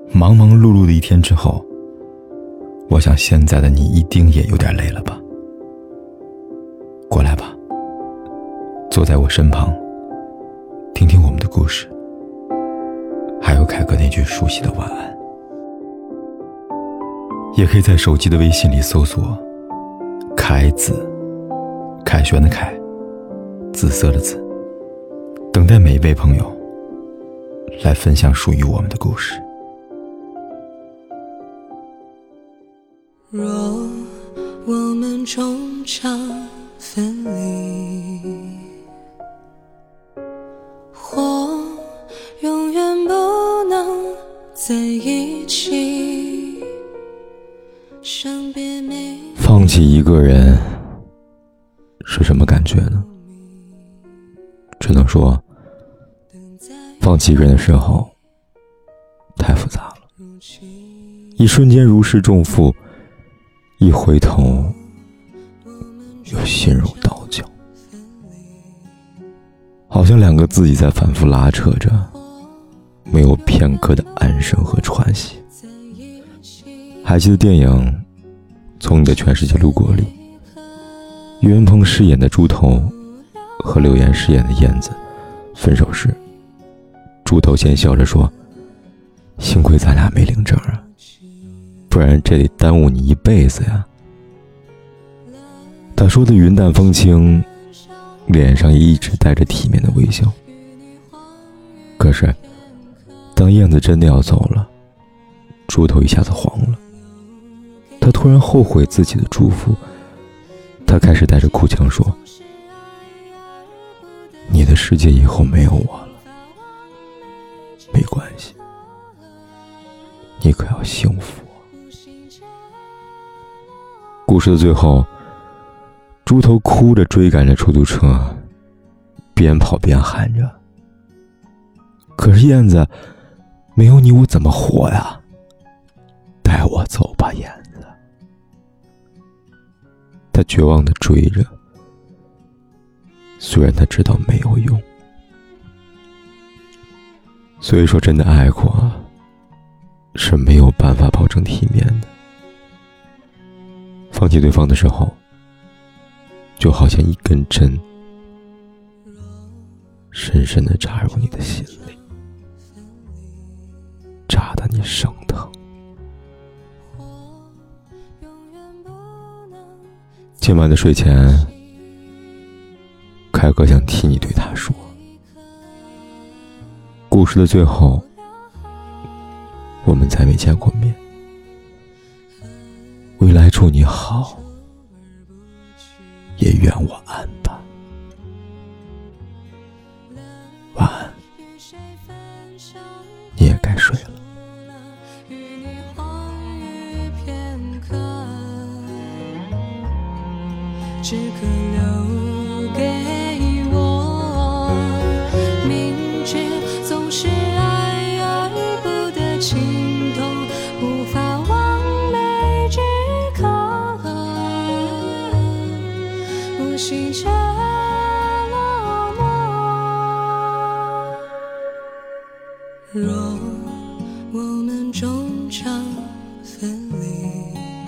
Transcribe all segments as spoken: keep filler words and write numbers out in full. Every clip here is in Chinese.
忙忙碌碌的一天之后，我想现在的你一定也有点累了吧。过来吧，坐在我身旁，听听我们的故事，还有凯哥那句熟悉的晚安。也可以在手机的微信里搜索凯子，凯旋的凯，紫色的紫，等待每一位朋友来分享属于我们的故事。 若我们终将分离，或永远不能在一起，伤别没放弃一个人是什么感觉呢？只能说放弃一个人的时候太复杂了，一瞬间如释重负，一回头又心如刀绞，好像两个自己在反复拉扯着，没有片刻的安生和喘息。还记得电影《从你的全世界路过》里，岳云鹏饰演的猪头和柳岩饰演的燕子分手时，猪头先笑着说，幸亏咱俩没领证啊，不然这得耽误你一辈子呀。他说的云淡风轻，脸上也一直带着体面的微笑。可是当燕子真的要走了，猪头一下子慌了，他突然后悔自己的祝福，他开始带着哭腔说，你的世界以后没有我了，没关系，你可要幸福。故事的最后，猪头哭着追赶着出租车，边跑边喊着，可是燕子，没有你我怎么活呀？带我走吧，燕子。他绝望地追着，虽然他知道没有用。所以说真的爱过是没有办法保证体面的。放弃对方的时候，就好像一根针深深地扎入你的心里，扎得你生疼。今晚的睡前，凯哥想替你对他说，故事的最后，我们再没见过面，未来祝你好，也愿我安吧。晚安，你也该睡了。 只可留给我，明知总是爱而不得情动，无法完美之刻，无心却落寞。若我们终将分离，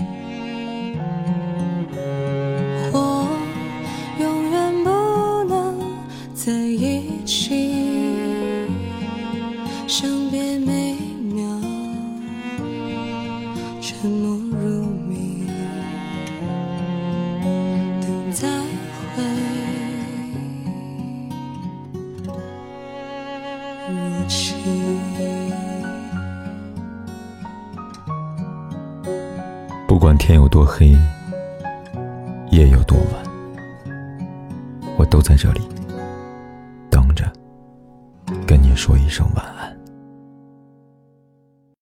在一起，相别每秒，沉默如谜，等再会，如期。 不管天有多黑，夜有多晚，我都在这里跟你说一声晚安。